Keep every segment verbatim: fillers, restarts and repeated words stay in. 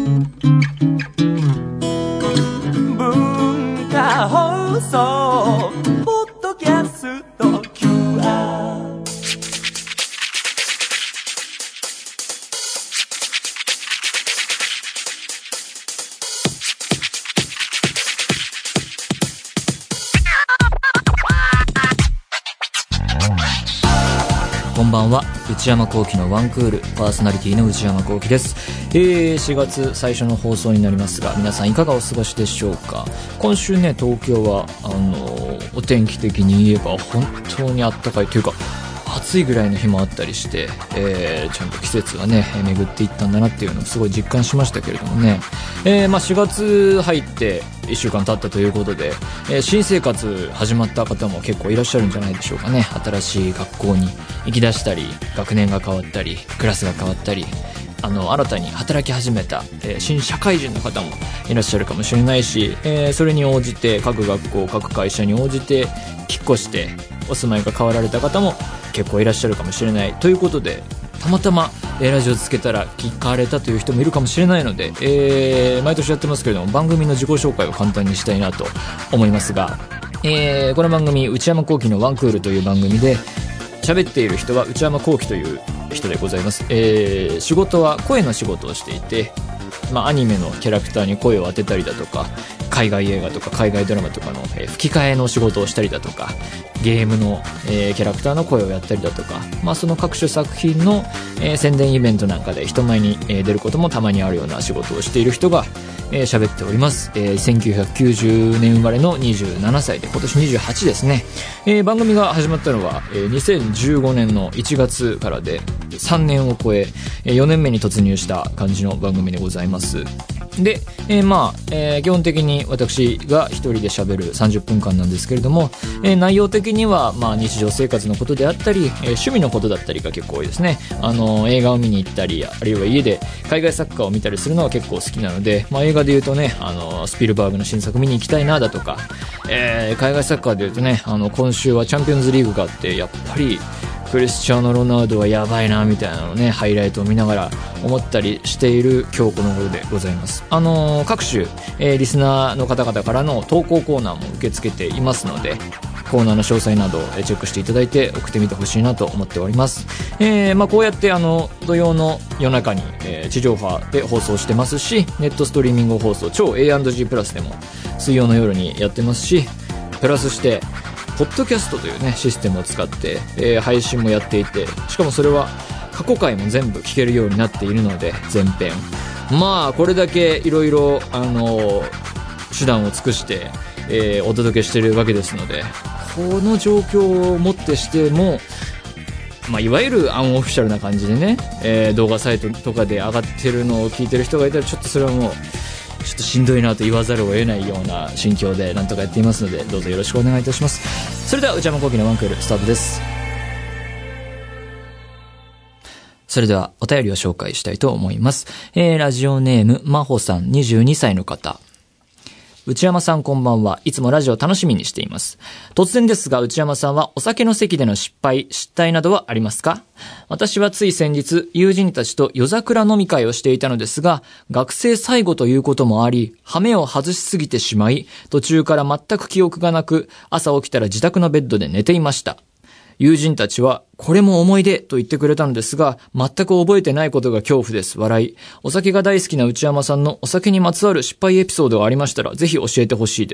文化放送ポッドキャスト キューアール。 こんばんは、内山聖輝のワンクールパーソナリティの内山聖輝です。えー、しがつ最初の放送になりますが、皆さんいかがお過ごしでしょうか。今週ね、東京はあのお天気的に言えば本当にあったかいというか暑いぐらいの日もあったりして、えー、ちゃんと季節がね巡っていったんだなっていうのをすごい実感しましたけれどもね、えーまあ、しがつ入っていっしゅうかん経ったということで、えー、新生活始まった方も結構いらっしゃるんじゃないでしょうかね。新しい学校に行き出したり、学年が変わったり、クラスが変わったり、あの新たに働き始めた、えー、新社会人の方もいらっしゃるかもしれないし、えー、それに応じて各学校各会社に応じて引っ越してお住まいが変わられた方も結構いらっしゃるかもしれないということで、たまたまラジオつけたら聞かれたという人もいるかもしれないので、えー、毎年やってますけれども番組の自己紹介を簡単にしたいなと思いますが、えー、この番組内山聖輝のワンクールという番組で喋っている人は内山聖輝という人でございます。えー、仕事は声の仕事をしていて、まあ、アニメのキャラクターに声を当てたりだとか、海外映画とか海外ドラマとかの、えー、吹き替えの仕事をしたりだとか、ゲームの、えー、キャラクターの声をやったりだとか、まあ、その各種作品の、えー、宣伝イベントなんかで人前に、えー、出ることもたまにあるような仕事をしている人がえー、喋っております。えー、せんきゅうひゃくきゅうじゅうねん生まれのにじゅうななさいで、今年にじゅうはちですね。えー、番組が始まったのは、えー、にせんじゅうごねんのいちがつからでさんねんを超え、よねんめに突入した感じの番組でございます。で、えー、まあ、えー、基本的に私が一人で喋るさんじゅっぷんかんなんですけれども、えー、内容的には、まあ、日常生活のことであったり、えー、趣味のことだったりが結構多いですね。あのー、映画を見に行ったり、あるいは家で海外サッカーを見たりするのは結構好きなので、まあ、映画で言うとね、あのー、スピルバーグの新作見に行きたいなだとか、えー、海外サッカーで言うとね、あの今週はチャンピオンズリーグがあって、やっぱりクリスチャーノ・ロナウドはやばいなみたいなのをね、ハイライトを見ながら思ったりしている今日この頃でございます。あのー、各種、えー、リスナーの方々からの投稿コーナーも受け付けていますので、コーナーの詳細などをチェックしていただいて送ってみてほしいなと思っております。えーまあ、こうやってあの土曜の夜中に、えー、地上波で放送してますし、ネットストリーミング放送超 エーアンドジー プラスでも水曜の夜にやってますし、プラスしてポッドキャストというねシステムを使って、えー、配信もやっていて、しかもそれは過去回も全部聞けるようになっているので、前編まあこれだけいろいろあの手段を尽くして、えー、お届けしているわけですので、この状況をもってしても、まあ、いわゆるアンオフィシャルな感じでね、えー、動画サイトとかで上がってるのを聞いてる人がいたら、ちょっとそれはもうちょっとしんどいなと言わざるを得ないような心境でなんとかやっていますので、どうぞよろしくお願いいたします。それでは内山聖輝のワンクールスタートです。それではお便りを紹介したいと思います。えー、ラジオネームまほさん、にじゅうにさいの方。内山さんこんばんは。いつもラジオ楽しみにしています。突然ですが、内山さんはお酒の席での失敗、失態などはありますか？私はつい先日、友人たちと夜桜飲み会をしていたのですが、学生最後ということもあり、羽目を外しすぎてしまい、途中から全く記憶がなく、朝起きたら自宅のベッドで寝ていました。友人たちは、これも思い出と言ってくれたのですが、全く覚えてないことが恐怖です。笑い。お酒が大好きな内山さんのお酒にまつわる失敗エピソードがありましたら、ぜひ教えてほしいです。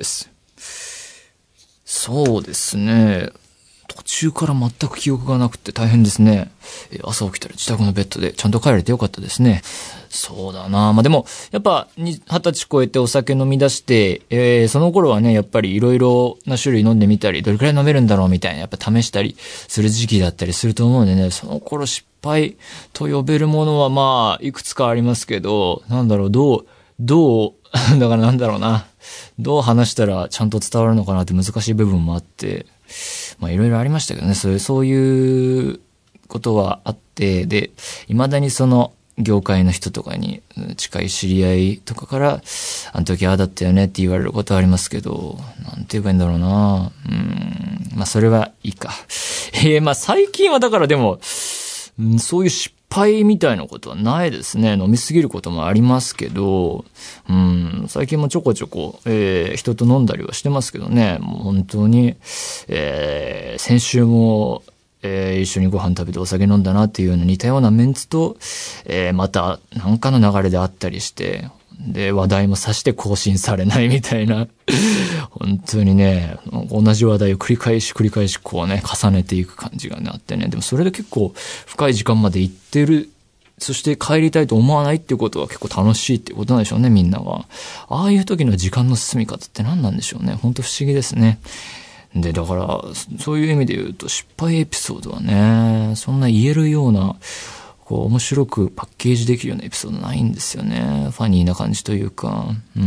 そうですね。途中から全く記憶がなくて大変ですね。朝起きたら自宅のベッドでちゃんと帰れてよかったですね。そうだな。まあでも、やっぱ、二十歳超えてお酒飲み出して、えー、その頃はね、やっぱりいろいろな種類飲んでみたり、どれくらい飲めるんだろうみたいな、やっぱ試したりする時期だったりすると思うんでね、その頃失敗と呼べるものはまあ、いくつかありますけど、なんだろう、どう、どう、だからなんだろうな。どう話したらちゃんと伝わるのかなって難しい部分もあって、まあいろいろありましたけどね、そういう、そういうことはあって、で、未だにその業界の人とかに近い知り合いとかから、あの時ああだったよねって言われることはありますけど、なんて言えばいいんだろうな。うん、まあそれはいいか。えー、まあ最近はだからでも、うん、そういう失敗みたいなことはないですね。飲みすぎることもありますけど、うん、最近もちょこちょこ、えー、人と飲んだりはしてますけどね、もう本当に、えー、先週も、えー、一緒にご飯食べてお酒飲んだなっていうような似たようなメンツと、えー、また何かの流れであったりして、で、話題もさして更新されないみたいな。本当にね、同じ話題を繰り返し繰り返しこうね、重ねていく感じがね、あってね。でもそれで結構深い時間まで行ってる。そして帰りたいと思わないっていうことは結構楽しいっていうことなんでしょうね、みんなが。ああいう時の時間の進み方って何なんでしょうね。本当不思議ですね。で、だから、そういう意味で言うと失敗エピソードはね、そんな言えるような、こう面白くパッケージできるようなエピソードないんですよね。ファニーな感じというか。うん。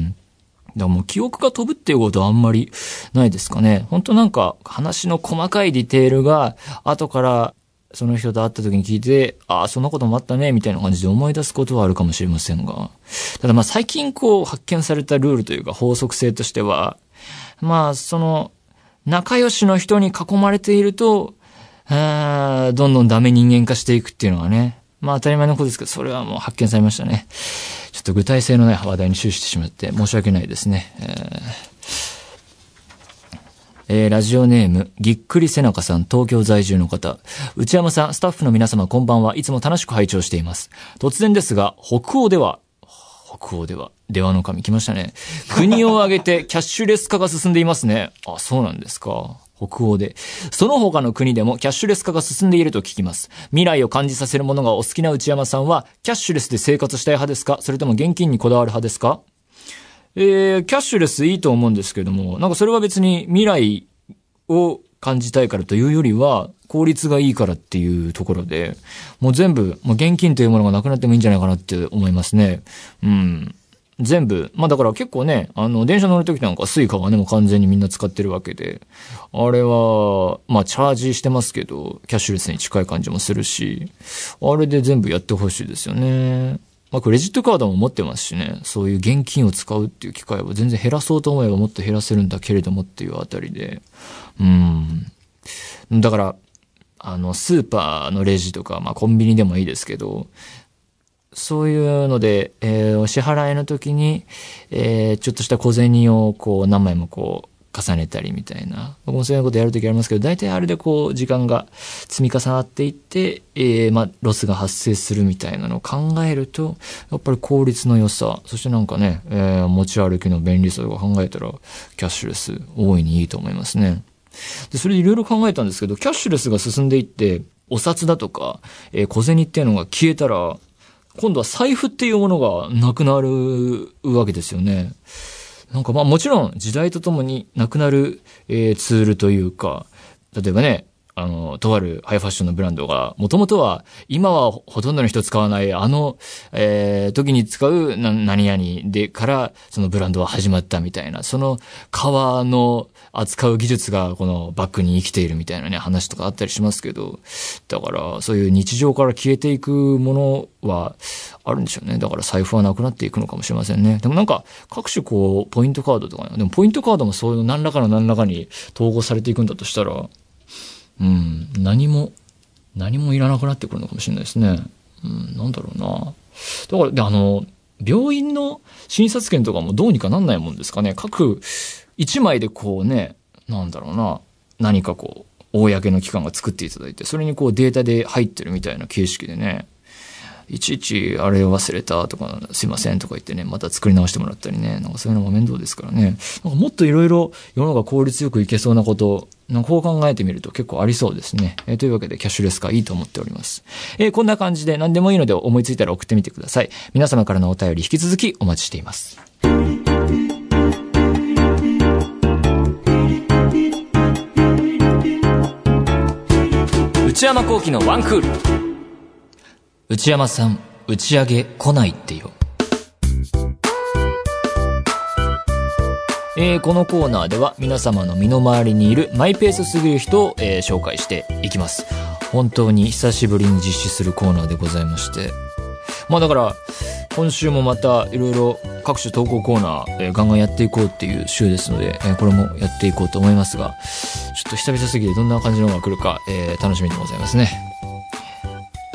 だからもう記憶が飛ぶっていうことはあんまりないですかね。本当なんか話の細かいディテールが後からその人と会った時に聞いて、ああ、そんなこともあったね、みたいな感じで思い出すことはあるかもしれませんが。ただまあ最近こう発見されたルールというか法則性としては、まあその仲良しの人に囲まれていると、あどんどんダメ人間化していくっていうのはね。まあ当たり前のことですけど、それはもう発見されましたね。ちょっと具体性のない話題に終始してしまって申し訳ないですね。えーえー、ラジオネーム、ぎっくりせなかさん、東京在住の方。内山さん、スタッフの皆様こんばんは。いつも楽しく拝聴しています。突然ですが、北欧では、北欧では、電話の神来ましたね。国を挙げてキャッシュレス化が進んでいますね。あ、そうなんですか。北欧で。その他の国でもキャッシュレス化が進んでいると聞きます。未来を感じさせるものがお好きな内山さんは、キャッシュレスで生活したい派ですか？それとも現金にこだわる派ですか？えー、キャッシュレスいいと思うんですけども、なんかそれは別に未来を感じたいからというよりは、効率がいいからっていうところで、もう全部、もう現金というものがなくなってもいいんじゃないかなって思いますね。うん。全部。まあだから結構ね、あの、電車乗るときなんかスイカはね、もう完全にみんな使ってるわけで、あれは、まあチャージしてますけど、キャッシュレスに近い感じもするし、あれで全部やってほしいですよね。まあクレジットカードも持ってますしね、そういう現金を使うっていう機会は全然減らそうと思えばもっと減らせるんだけれどもっていうあたりで、うん。だから、あの、スーパーのレジとか、まあコンビニでもいいですけど、そういうので、えー、お支払いの時に、えー、ちょっとした小銭をこう何枚もこう重ねたりみたいな。僕もそういうことやる時ありますけど、大体あれでこう時間が積み重なっていって、えー、まあロスが発生するみたいなのを考えると、やっぱり効率の良さ、そしてなんかね、えー、持ち歩きの便利さとか考えたら、キャッシュレス大いにいいと思いますね。で、それでいろいろ考えたんですけど、キャッシュレスが進んでいって、お札だとか、えー、小銭っていうのが消えたら、今度は財布っていうものがなくなるわけですよね。なんかまあもちろん時代とともになくなる、えー、ツールというか、例えばね、あの、とあるハイファッションのブランドが、もともとは、今はほとんどの人使わない、あの、えー、時に使うな、何々でから、そのブランドは始まったみたいな、その革の扱う技術がこのバッグに生きているみたいなね、話とかあったりしますけど、だから、そういう日常から消えていくものはあるんでしょうね。だから財布はなくなっていくのかもしれませんね。でもなんか、各種こう、ポイントカードとかね、でもポイントカードもそういう何らかの何らかに統合されていくんだとしたら、うん、何も、何もいらなくなってくるのかもしれないですね。うん、なんだろうな。だから、で、あの、病院の診察券とかもどうにかなんないもんですかね。各一枚でこうね、なんだろうな、何かこう、公の機関が作っていただいて、それにこうデータで入ってるみたいな形式でね、いちいちあれ忘れたとか、すいませんとか言ってね、また作り直してもらったりね、なんかそういうのも面倒ですからね。なんかもっといろいろ世の中効率よくいけそうなこと、なんかこう考えてみると結構ありそうですね。えー、というわけでキャッシュレス化いいと思っております。えー、こんな感じで何でもいいので思いついたら送ってみてください。皆様からのお便り引き続きお待ちしています。内山聖輝のワンクール。内山さん、打ち上げ来ないってよ。えー、このコーナーでは皆様の身の回りにいるマイペースすぎる人を、えー、紹介していきます。本当に久しぶりに実施するコーナーでございまして。まあだから、今週もまたいろいろ各種投稿コーナー、えー、ガンガンやっていこうっていう週ですので、えー、これもやっていこうと思いますが、ちょっと久々すぎてどんな感じのが来るか、えー、楽しみでございますね。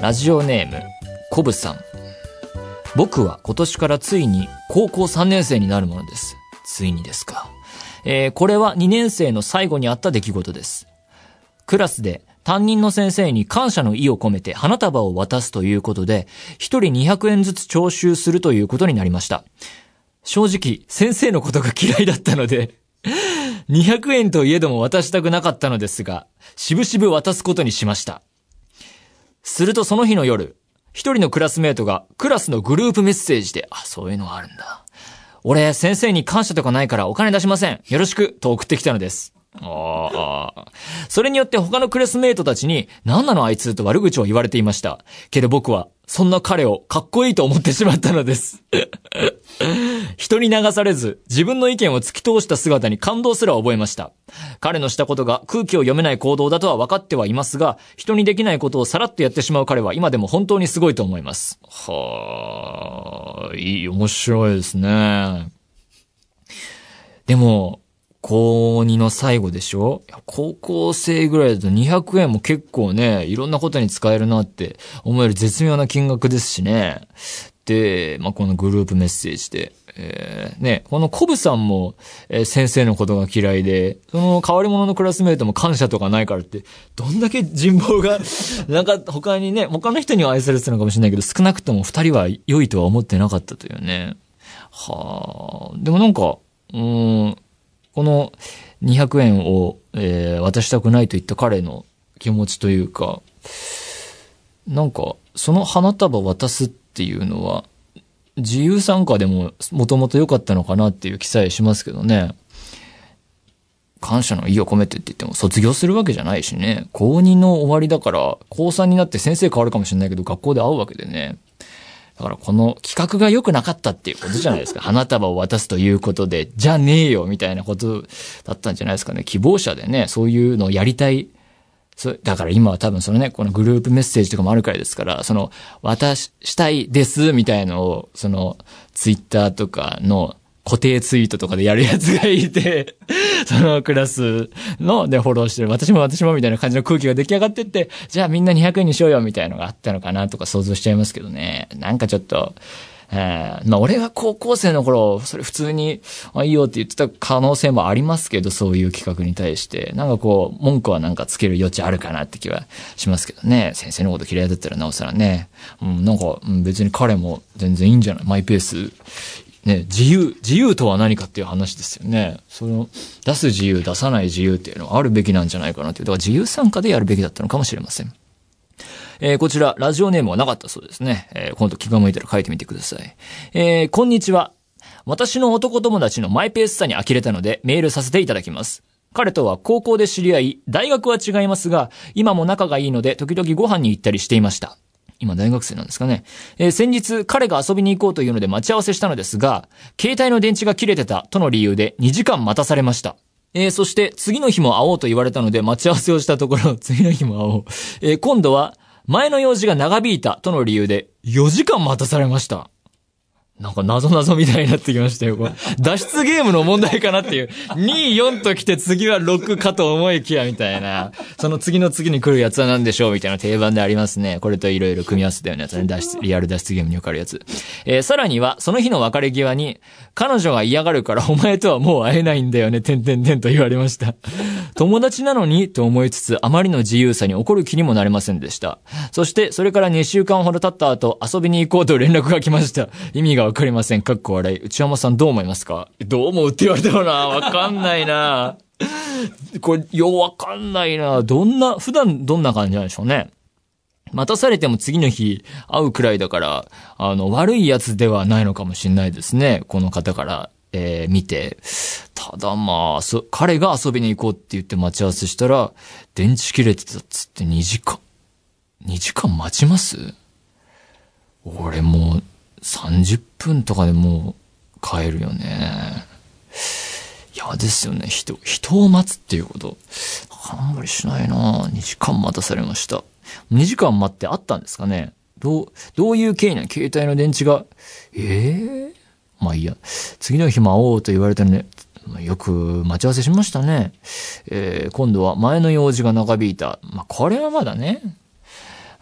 ラジオネームコブさん。僕は今年からついに高校さんねん生になるものです。ついにですか。えー、これはにねん生の最後にあった出来事です。クラスで担任の先生に感謝の意を込めて花束を渡すということで、一人にひゃくえんずつ徴収するということになりました。正直、先生のことが嫌いだったので、にひゃくえんといえども渡したくなかったのですが、しぶしぶ渡すことにしました。するとその日の夜、一人のクラスメートがクラスのグループメッセージで、あ、そういうのがあるんだ。俺、先生に感謝とかないからお金出しません。よろしく、と送ってきたのです。ああ。それによって他のクラスメートたちに、何なのあいつと悪口を言われていました。けど僕は、そんな彼をかっこいいと思ってしまったのです。人に流されず、自分の意見を突き通した姿に感動すら覚えました。彼のしたことが空気を読めない行動だとは分かってはいますが、人にできないことをさらっとやってしまう彼は今でも本当にすごいと思います。はあ、いい、面白いですね。でも、高にの最後でしょ？高校生ぐらいだとにひゃくえんも結構ね、いろんなことに使えるなって思える絶妙な金額ですしね。で、まあ、このグループメッセージで、えー、ね、このコブさんも、えー、先生のことが嫌いで、その変わり者のクラスメートも感謝とかないからって、どんだけ人望が、なんか他にね、他の人には愛されてたのかもしれないけど、少なくとも二人は良いとは思ってなかったというね。はあ、でもなんか、うーん、このにひゃくえんを、えー、渡したくないといった彼の気持ちというか、なんか、その花束渡すっていうのは、自由参加でももともと良かったのかなっていう気さえしますけどね。感謝の意を込めてって言っても卒業するわけじゃないしね。高にの終わりだから、高さんになって先生変わるかもしれないけど、学校で会うわけでね。だからこの企画が良くなかったっていうことじゃないですか。花束を渡すということで、じゃねえよみたいなことだったんじゃないですかね。希望者でね、そういうのをやりたい。そだから今は多分そのね、このグループメッセージとかもあるからですから、その、渡したいですみたいのを、その、ツイッターとかの固定ツイートとかでやるやつがいて、そのクラスのでフォローしてる、私も私もみたいな感じの空気が出来上がってって、じゃあみんなにひゃくえんにしようよみたいなのがあったのかなとか想像しちゃいますけどね。なんかちょっと、えー、まあ俺は高校生の頃、それ普通に、あ、いいよって言ってた可能性もありますけど、そういう企画に対して、なんかこう、文句はなんかつける余地あるかなって気はしますけどね。先生のこと嫌いだったらなおさらね。うん、なんか、うん、別に彼も全然いいんじゃない？マイペース。ね、自由、自由とは何かっていう話ですよね。その、出す自由、出さない自由っていうのはあるべきなんじゃないかなっていう。だから自由参加でやるべきだったのかもしれません。えー、こちら、ラジオネームはなかったそうですね。えー、今度気が向いたら書いてみてください。えー、こんにちは。私の男友達のマイペースさに呆れたのでメールさせていただきます。彼とは高校で知り合い、大学は違いますが、今も仲がいいので時々ご飯に行ったりしていました。今大学生なんですかね。えー、先日彼が遊びに行こうというので待ち合わせしたのですが、携帯の電池が切れてたとの理由でにじかん待たされました。えー、そして次の日も会おうと言われたので待ち合わせをしたところ、次の日も会おう。えー、今度は前の用事が長引いたとの理由でよじかん待たされました。なんか謎々みたいになってきましたよ。これ脱出ゲームの問題かなっていう。に、よんと来て次はろくかと思いきやみたいな。その次の次に来るやつは何でしょうみたいな定番でありますね。これといろいろ組み合わせたようなやつね。脱出、リアル脱出ゲームによくあるやつ。えー、さらには、その日の別れ際に、彼女が嫌がるからお前とはもう会えないんだよね、てんてんてんと言われました。友達なのにと思いつつ、あまりの自由さに怒る気にもなれませんでした。そして、それからにしゅうかんほど経った後、遊びに行こうと連絡が来ました。意味がわかりません。かっこ笑い。内山さんどう思いますか？どう思うって言われてもな。わかんないな。これ、ようわかんないな。どんな、普段どんな感じなんでしょうね。待たされても次の日会うくらいだから、あの、悪いやつではないのかもしれないですね。この方から、えー、見て。ただまあ、そ、彼が遊びに行こうって言って待ち合わせしたら、電池切れてたっつってにじかん。にじかん待ちます？俺もう、さんじゅっぷんとかでもう帰るよね。嫌ですよね。人、人を待つっていうこと。あんまりしないな。にじかん待たされました。にじかん待ってあったんですかね。どう、どういう経緯なの？携帯の電池が。ええー、まあいいや。次の日も会おうと言われたので、よく待ち合わせしましたね。えー、今度は前の用事が長引いた。まあこれはまだね。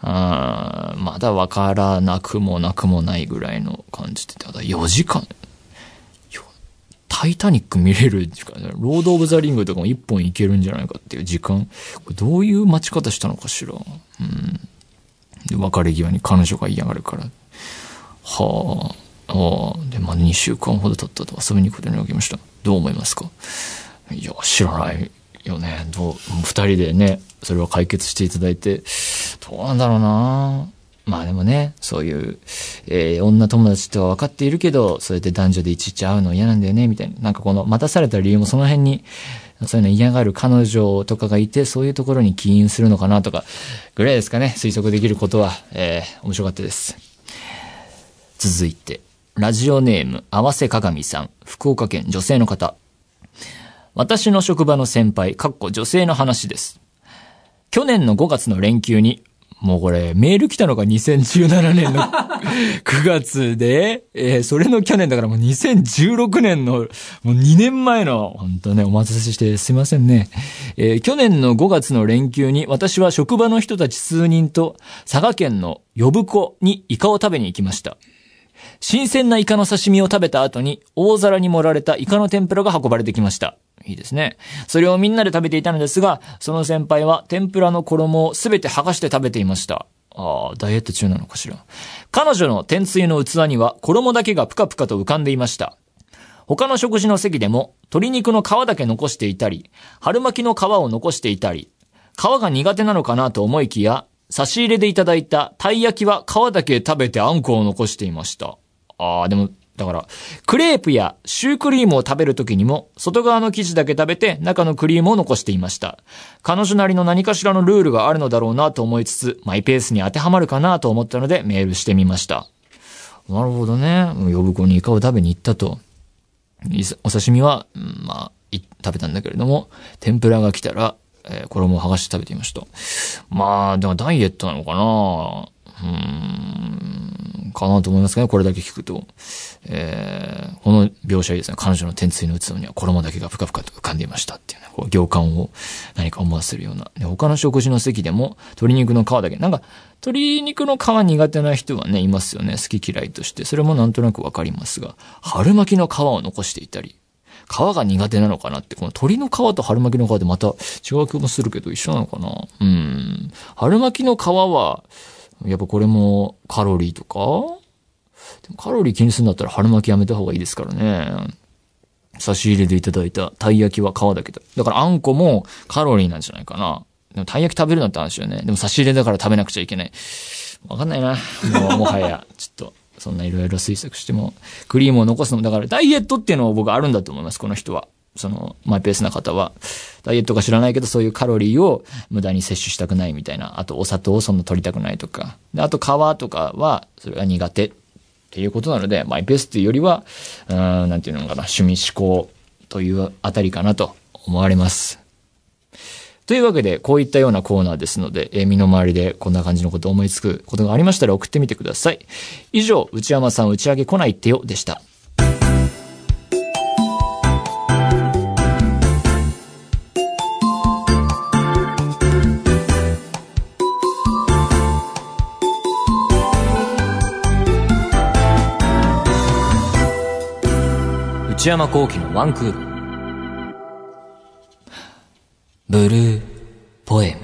あまだわからなくもなくもないぐらいの感じで、ただよじかん、タイタニック見れる時間、ロード・オブ・ザ・リングとかも一本いけるんじゃないかっていう時間、これどういう待ち方したのかしら。うん。で、別れ際に彼女が嫌がるから。はあ、ああ、で、まあ、にしゅうかんほど経ったと遊びに行くことになりました。どう思いますか？いや、知らないよね。どう、二人でね、それを解決していただいて、どうなんだろうな。まあでもね、そういう、えー、女友達とは分かっているけど、そうやって男女でいちいち会うの嫌なんだよね、みたいな。なんかこの、待たされた理由もその辺に、そういうの嫌がる彼女とかがいて、そういうところに起因するのかなとか、ぐらいですかね、推測できることは、えー、面白かったです。続いて、ラジオネーム、合わせ鏡さん、福岡県女性の方。私の職場の先輩、かっこ女性の話です。去年のごがつの連休に、もうこれ、メール来たのがにせんじゅうななねんのくがつで、えー、それの去年だからもうにせんじゅうろくねんの、もうにねんまえの、本当ね、お待たせしてすいませんね。えー、去年のごがつの連休に、私は職場の人たち数人と、佐賀県の呼子にイカを食べに行きました。新鮮なイカの刺身を食べた後に、大皿に盛られたイカの天ぷらが運ばれてきました。いいですね。それをみんなで食べていたのですが、その先輩は天ぷらの衣をすべて剥がして食べていました。ああ、ダイエット中なのかしら。彼女の天つゆの器には衣だけがプカプカと浮かんでいました。他の食事の席でも鶏肉の皮だけ残していたり、春巻きの皮を残していたり、皮が苦手なのかなと思いきや、差し入れでいただいたたい焼きは皮だけ食べてあんこを残していました。ああ、でも、だから、クレープやシュークリームを食べるときにも、外側の生地だけ食べて、中のクリームを残していました。彼女なりの何かしらのルールがあるのだろうなと思いつつ、マイペースに当てはまるかなと思ったので、メールしてみました。なるほどね。呼子にイカを食べに行ったと。お刺身は、うん、まあ、食べたんだけれども、天ぷらが来たら、えー、衣を剥がして食べていました。まあ、でもダイエットなのかな？うーん、かなと思いますかね、これだけ聞くと。えー、この描写いいですね。彼女の天つゆの器には衣だけがふかふかと浮かんでいましたっていうね、こう行間を何か思わせるような。で、他の食事の席でも鶏肉の皮だけ、なんか鶏肉の皮苦手な人はね、いますよね。好き嫌いとして。それもなんとなくわかりますが、春巻きの皮を残していたり、皮が苦手なのかなって、この鶏の皮と春巻きの皮でまた違う気もするけど一緒なのかな。うん。春巻きの皮は、やっぱこれもカロリーとかでもカロリー気にするんだったら春巻きやめた方がいいですからね。差し入れでいただいたたい焼きは皮だけだ。だからあんこもカロリーなんじゃないかな。でもたい焼き食べるなって話よね。でも差し入れだから食べなくちゃいけない。わかんないな。もうもはや、ちょっと、そんないろいろ推測しても、クリームを残すの。だからダイエットっていうのを僕あるんだと思います、この人は。その、マイペースな方は。ダイエットか知らないけど、そういうカロリーを無駄に摂取したくないみたいな。あと、お砂糖をそんな取りたくないとか。で、あと、皮とかは、それが苦手っていうことなので、マイペースっていうよりは、うーん、なんていうのかな、趣味思考というあたりかなと思われます。というわけで、こういったようなコーナーですので、えー、身の回りでこんな感じのことを思いつくことがありましたら送ってみてください。以上、内山さん打ち上げ来ないってよでした。内山聖輝のワンクール。ブルーポエム。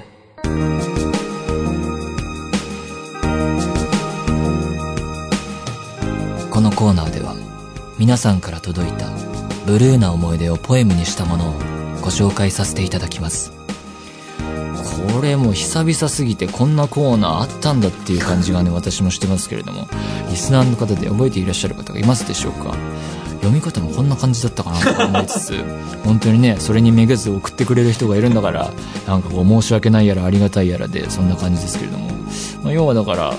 このコーナーでは皆さんから届いたブルーな思い出をポエムにしたものをご紹介させていただきます。これも久々すぎてこんなコーナーあったんだっていう感じがね、私もしてますけれども、リスナーの方で覚えていらっしゃる方がいますでしょうか。読み方もこんな感じだったかなと思いつつ、本当にね、それにめげず送ってくれる人がいるんだから、なんかこう申し訳ないやらありがたいやらで、そんな感じですけれども、まあ、要はだから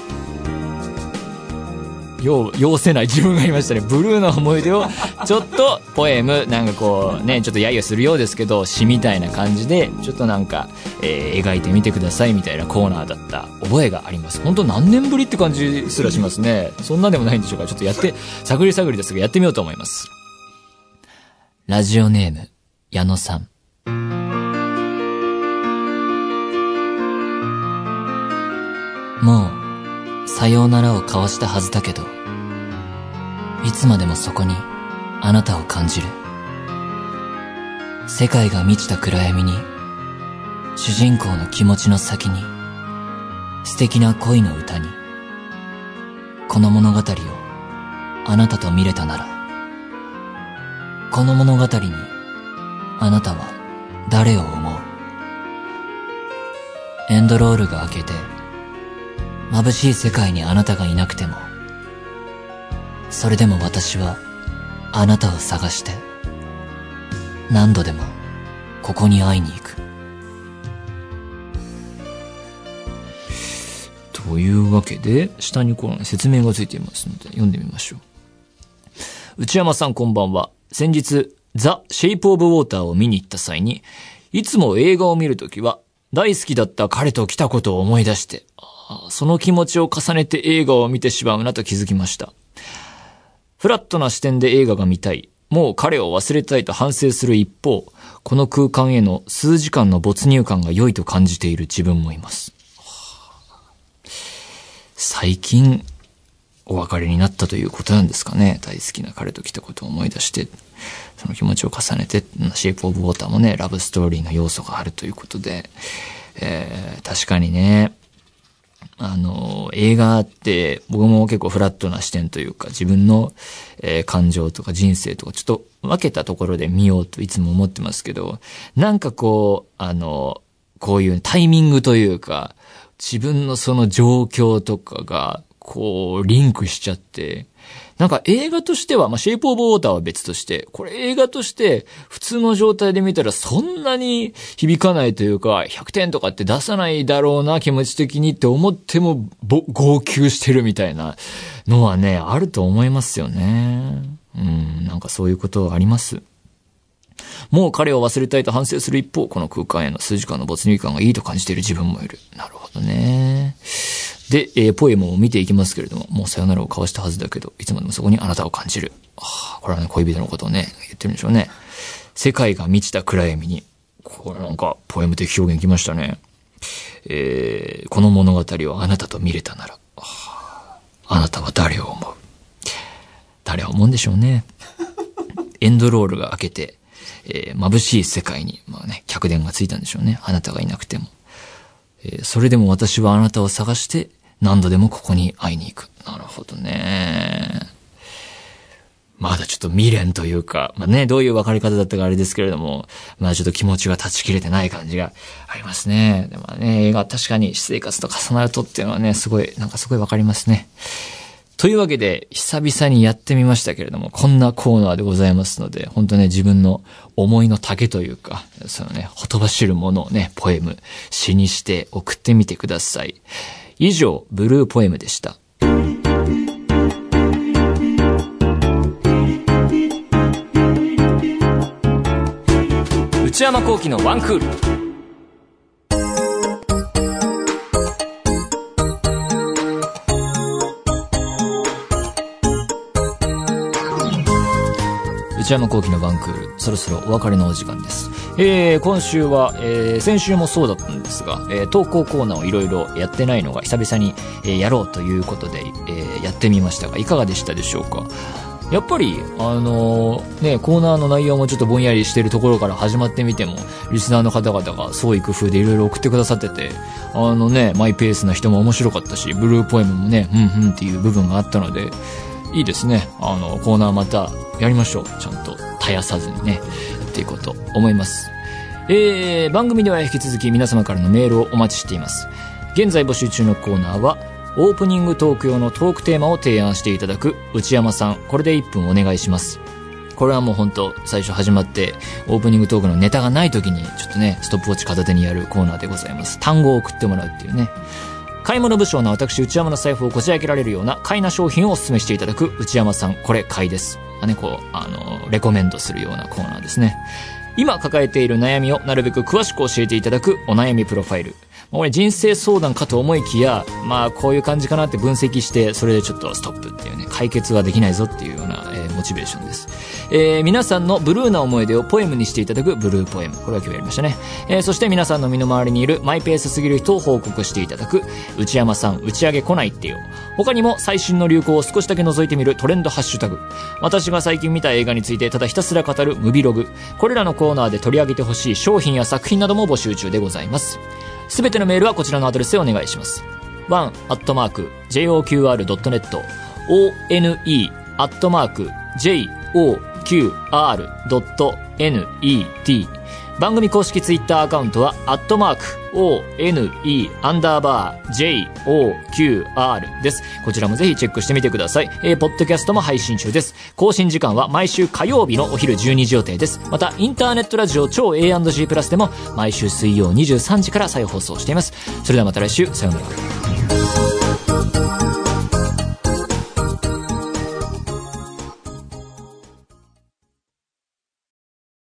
要要せない自分がいましたね。ブルーな思い出をちょっとポエム、なんかこうね、ちょっと揶揄するようですけど、詩みたいな感じでちょっとなんか、えー、描いてみてくださいみたいなコーナーだった覚えがあります。本当何年ぶりって感じすらしますね。そんなでもないんでしょうか。ちょっとやって探り探りですがやってみようと思います。ラジオネーム矢野さん。 もうさようならを交わしたはずだけど、いつまでもそこにあなたを感じる。世界が満ちた暗闇に、主人公の気持ちの先に、素敵な恋の歌に、この物語をあなたと見れたなら、この物語にあなたは誰を思う？エンドロールが明けて、眩しい世界にあなたがいなくても、それでも私はあなたを探して、何度でもここに会いに行く。というわけで、下にこの説明がついていますので読んでみましょう。内山さんこんばんは。先日ザ・シェイプ・オブ・ウォーターを見に行った際に、いつも映画を見るときは大好きだった彼と来たことを思い出して、その気持ちを重ねて映画を見てしまうなと気づきました。フラットな視点で映画が見たい、もう彼を忘れたいと反省する一方、この空間への数時間の没入感が良いと感じている自分もいます。最近お別れになったということなんですかね。大好きな彼と来たことを思い出して、その気持ちを重ねて、シェイプ・オブ・ウォーターもね、ラブストーリーの要素があるということで、えー、確かにね、あの、映画って僕も結構フラットな視点というか、自分の、えー、感情とか人生とかちょっと分けたところで見ようといつも思ってますけど、なんかこう、あの、こういうタイミングというか、自分のその状況とかが、こう、リンクしちゃって、なんか映画としては、まあ、シェイプオブウォーターは別として、これ映画として普通の状態で見たらそんなに響かないというか、ひゃくてんとかって出さないだろうな、気持ち的にって思っても、ぼ、号泣してるみたいなのはね、あると思いますよね。うん、なんかそういうことあります。もう彼を忘れたいと反省する一方、この空間への数時間の没入感がいいと感じている自分もいる。なるほどね。で、えー、ポエムを見ていきますけれども、もうさよならを交わしたはずだけど、いつまでもそこにあなたを感じる。あ、これはね、恋人のことをね、言ってるんでしょうね。世界が満ちた暗闇に。これなんか、ポエム的表現きましたね。えー、この物語をあなたと見れたなら、あ, あなたは誰を思う？誰を思うんでしょうね。エンドロールが明けて、えー、眩しい世界に、まあね、客電がついたんでしょうね。あなたがいなくても。えー、それでも私はあなたを探して、何度でもここに会いに行く。なるほどね。まだちょっと未練というか、まあね、どういう別れ方だったかあれですけれども、まあちょっと気持ちが断ち切れてない感じがありますね。でもね、映画確かに私生活と重なるとっていうのはね、すごい、なんかすごいわかりますね。というわけで、久々にやってみましたけれども、こんなコーナーでございますので、本当ね、自分の思いの丈というか、そのね、ほとばしるものをね、ポエム、詩にして送ってみてください。以上、ブルーポエムでした。内山聖輝のワンクール。内山聖輝のワンクール、そろそろお別れのお時間です。えー、今週は、えー、先週もそうだったんですが、えー、投稿コーナーをいろいろやってないのが久々に、えー、やろうということで、えー、やってみましたが、いかがでしたでしょうか。やっぱり、あのー、ね、コーナーの内容もちょっとぼんやりしてるところから始まってみても、リスナーの方々が創意工夫でいろいろ送ってくださってて、あのね、マイペースな人も面白かったし、ブルーポエムもね、うんうんっていう部分があったので、いいですね。あの、コーナーまたやりましょう。ちゃんと絶やさずにね、やっていこうと思います。えー、番組では引き続き皆様からのメールをお待ちしています。現在募集中のコーナーは、オープニングトーク用のトークテーマを提案していただく内山さん、これでいっぷんお願いします。これはもう本当最初始まってオープニングトークのネタがない時にちょっとねストップウォッチ片手にやるコーナーでございます。単語を送ってもらうっていうね。買い物不詳な私内山の財布をこじ開けられるような買いな商品をお勧めしていただく内山さん、これ買いです。あねこうあのレコメンドするようなコーナーですね。今抱えている悩みをなるべく詳しく教えていただくお悩みプロファイル。俺人生相談かと思いきや、まあこういう感じかなって分析して、それでちょっとストップっていうね、解決はできないぞっていうような、えー、 モチベーションです。えー、皆さんのブルーな思い出をポエムにしていただくブルーポエム。これは今日やりましたね。えー、そして皆さんの身の回りにいるマイペースすぎる人を報告していただく内山さん打ち上げ来ないってよ。他にも最新の流行を少しだけ覗いてみるトレンドハッシュタグ。私が最近見た映画についてただひたすら語るムビログ。これらのコーナーで取り上げてほしい商品や作品なども募集中でございます。すべてのメールはこちらのアドレスへお願いします。ワンアットマークジェイオーキューアールドットネット オーエヌイーアットマークジェイオーキューアールドットネット。番組公式ツイッターアカウントはアットマーク オーエヌイー アンダーバー ジェイオーキューアール です。こちらもぜひチェックしてみてください。えー、ポッドキャストも配信中です。更新時間は毎週火曜日のお昼じゅうにじ予定です。またインターネットラジオ超 エーアンドジー プラスでも毎週水曜にじゅうさんじから再放送しています。それではまた来週、さようなら。